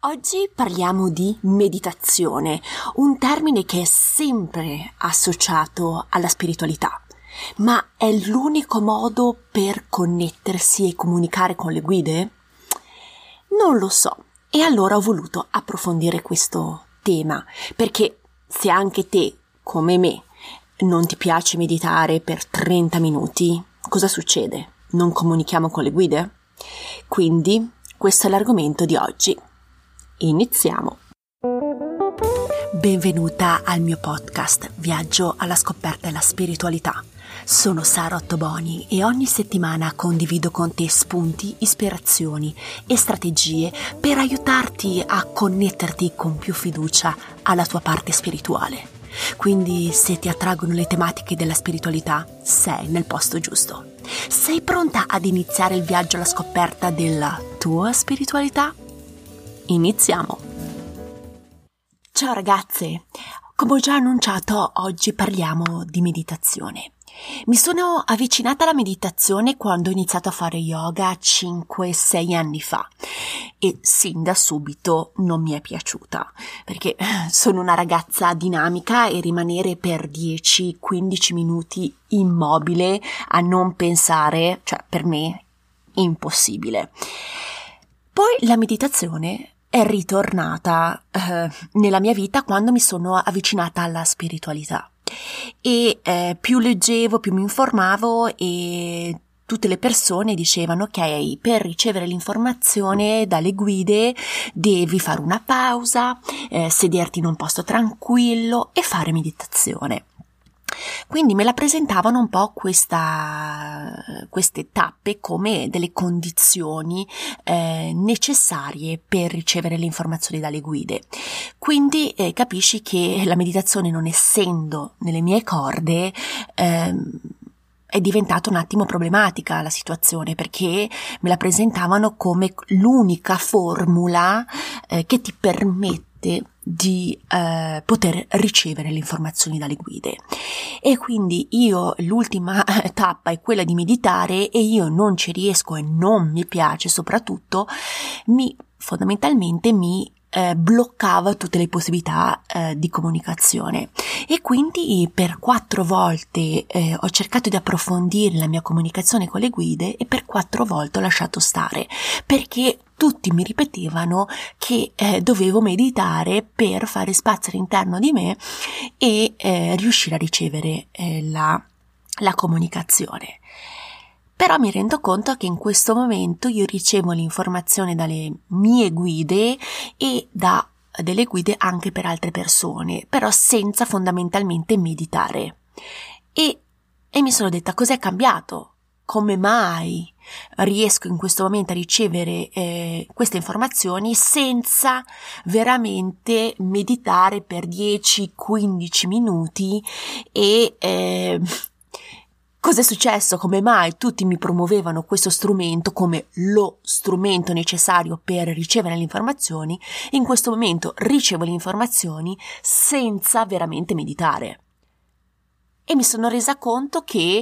Oggi parliamo di meditazione, un termine che è sempre associato alla spiritualità, ma è l'unico modo per connettersi e comunicare con le guide? Non lo so, e allora ho voluto approfondire questo tema, perché se anche te, come me, non ti piace meditare per 30 minuti, cosa succede? Non comunichiamo con le guide? Quindi, questo è l'argomento di oggi. Iniziamo! Benvenuta al mio podcast Viaggio alla scoperta della spiritualità. Sono Sara Ottoboni e ogni settimana condivido con te spunti, ispirazioni e strategie per aiutarti a connetterti con più fiducia alla tua parte spirituale. Quindi se ti attraggono le tematiche della spiritualità, sei nel posto giusto. Sei pronta ad iniziare il viaggio alla scoperta della tua spiritualità? Iniziamo! Ciao ragazze, come ho già annunciato, oggi parliamo di meditazione. Mi sono avvicinata alla meditazione quando ho iniziato a fare yoga 5-6 anni fa e sin da subito non mi è piaciuta perché sono una ragazza dinamica e rimanere per 10-15 minuti immobile a non pensare, cioè per me impossibile. Poi la meditazione è ritornata nella mia vita quando mi sono avvicinata alla spiritualità e più leggevo, più mi informavo e tutte le persone dicevano ok, per ricevere l'informazione dalle guide devi fare una pausa, sederti in un posto tranquillo e fare meditazione. Quindi me la presentavano un po' queste tappe come delle condizioni necessarie per ricevere le informazioni dalle guide. Quindi capisci che la meditazione, non essendo nelle mie corde, è diventata un attimo problematica la situazione, perché me la presentavano come l'unica formula che ti permette di poter ricevere le informazioni dalle guide. E quindi l'ultima tappa è quella di meditare e io non ci riesco e non mi piace, soprattutto fondamentalmente mi bloccava tutte le possibilità di comunicazione e quindi per 4 volte ho cercato di approfondire la mia comunicazione con le guide e per 4 volte ho lasciato stare perché tutti mi ripetevano che dovevo meditare per fare spazio all'interno di me e riuscire a ricevere la comunicazione. Però mi rendo conto che in questo momento io ricevo l'informazione dalle mie guide e da delle guide anche per altre persone, però senza fondamentalmente meditare. E mi sono detta: cos'è cambiato? Come mai riesco in questo momento a ricevere queste informazioni senza veramente meditare per 10-15 minuti e cos'è successo? Come mai tutti mi promuovevano questo strumento come lo strumento necessario per ricevere le informazioni? In questo momento ricevo le informazioni senza veramente meditare. E mi sono resa conto che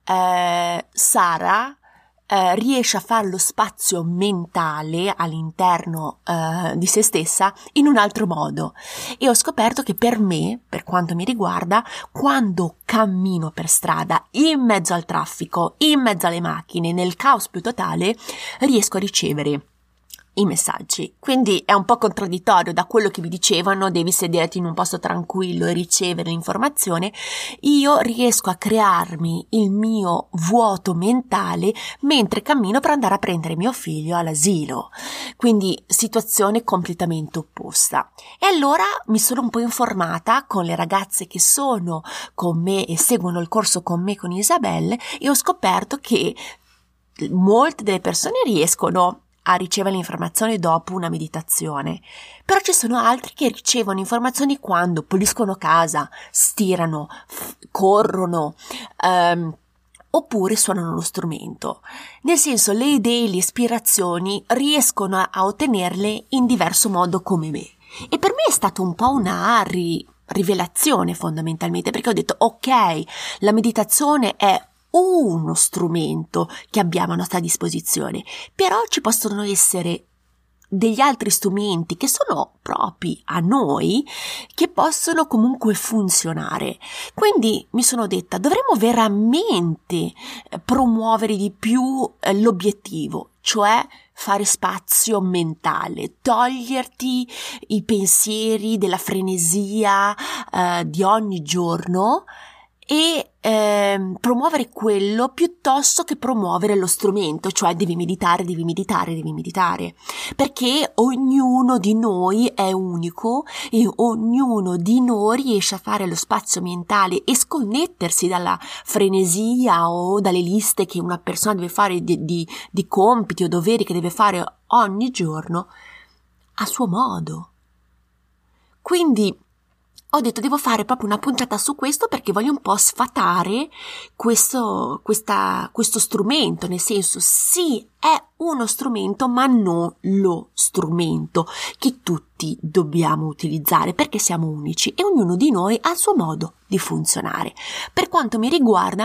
Sara riesce a fare lo spazio mentale all'interno di se stessa in un altro modo e ho scoperto che per me, per quanto mi riguarda, quando cammino per strada in mezzo al traffico, in mezzo alle macchine, nel caos più totale, riesco a ricevere i messaggi. Quindi è un po' contraddittorio da quello che mi dicevano: devi sederti in un posto tranquillo e ricevere l'informazione. Io riesco a crearmi il mio vuoto mentale mentre cammino per andare a prendere mio figlio all'asilo. Quindi situazione completamente opposta. E allora mi sono un po' informata con le ragazze che sono con me e seguono il corso con me con Isabelle e ho scoperto che molte delle persone riescono a ricevere le informazioni dopo una meditazione, però ci sono altri che ricevono informazioni quando puliscono casa, stirano, corrono, oppure suonano lo strumento. Nel senso, le idee, le ispirazioni riescono a ottenerle in diverso modo come me. E per me è stato un po' una rivelazione fondamentalmente, perché ho detto ok, la meditazione è uno strumento che abbiamo a nostra disposizione, però ci possono essere degli altri strumenti che sono propri a noi, che possono comunque funzionare. Quindi mi sono detta, dovremmo veramente promuovere di più l'obiettivo, cioè fare spazio mentale, toglierti i pensieri della frenesia di ogni giorno e promuovere quello piuttosto che promuovere lo strumento, cioè devi meditare, perché ognuno di noi è unico e ognuno di noi riesce a fare lo spazio mentale e sconnettersi dalla frenesia o dalle liste che una persona deve fare di compiti o doveri che deve fare ogni giorno a suo modo. Quindi ho detto devo fare proprio una puntata su questo perché voglio un po' sfatare questo strumento, nel senso sì è uno strumento ma non lo strumento che tutti dobbiamo utilizzare perché siamo unici e ognuno di noi ha il suo modo di funzionare. Per quanto mi riguarda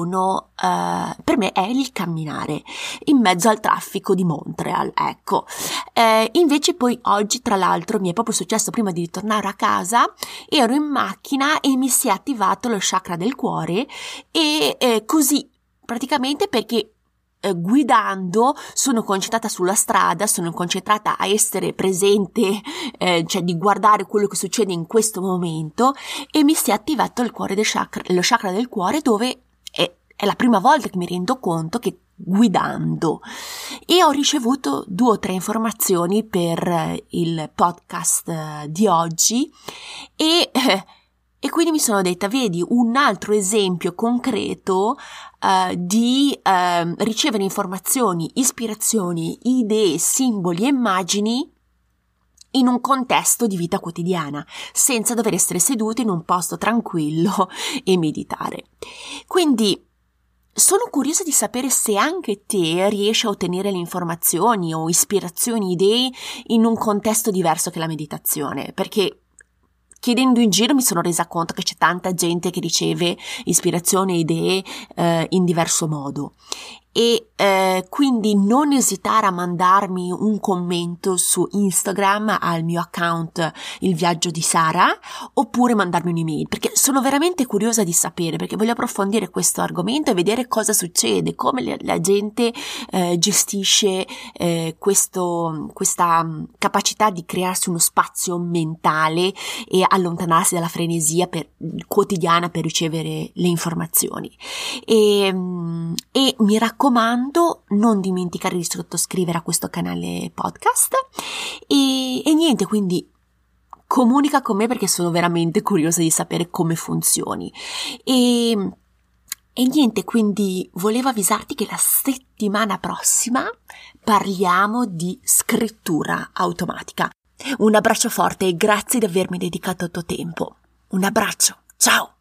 per me è il camminare in mezzo al traffico di Montreal, ecco. Invece poi oggi tra l'altro mi è proprio successo prima di ritornare a casa, ero in macchina e mi si è attivato lo chakra del cuore e così praticamente perché guidando sono concentrata sulla strada, sono concentrata a essere presente, cioè di guardare quello che succede in questo momento e mi si è attivato lo chakra del cuore dove è la prima volta che mi rendo conto che guidando e ho ricevuto 2 o 3 informazioni per il podcast di oggi e quindi mi sono detta, vedi, un altro esempio concreto di ricevere informazioni, ispirazioni, idee, simboli e immagini in un contesto di vita quotidiana, senza dover essere seduti in un posto tranquillo e meditare. Quindi sono curiosa di sapere se anche te riesci a ottenere le informazioni o ispirazioni, idee in un contesto diverso che la meditazione, perché chiedendo in giro mi sono resa conto che c'è tanta gente che riceve ispirazioni e idee in diverso modo e quindi non esitare a mandarmi un commento su Instagram al mio account Il Viaggio di Sara oppure mandarmi un'email perché sono veramente curiosa di sapere, perché voglio approfondire questo argomento e vedere cosa succede, come la gente gestisce questa capacità di crearsi uno spazio mentale e allontanarsi dalla frenesia quotidiana per ricevere le informazioni e mi raccomando, non dimenticare di sottoscrivere a questo canale podcast e niente, quindi comunica con me perché sono veramente curiosa di sapere come funzioni e niente, quindi volevo avvisarti che la settimana prossima parliamo di scrittura automatica. Un abbraccio forte e grazie di avermi dedicato il tuo tempo. Un abbraccio, ciao!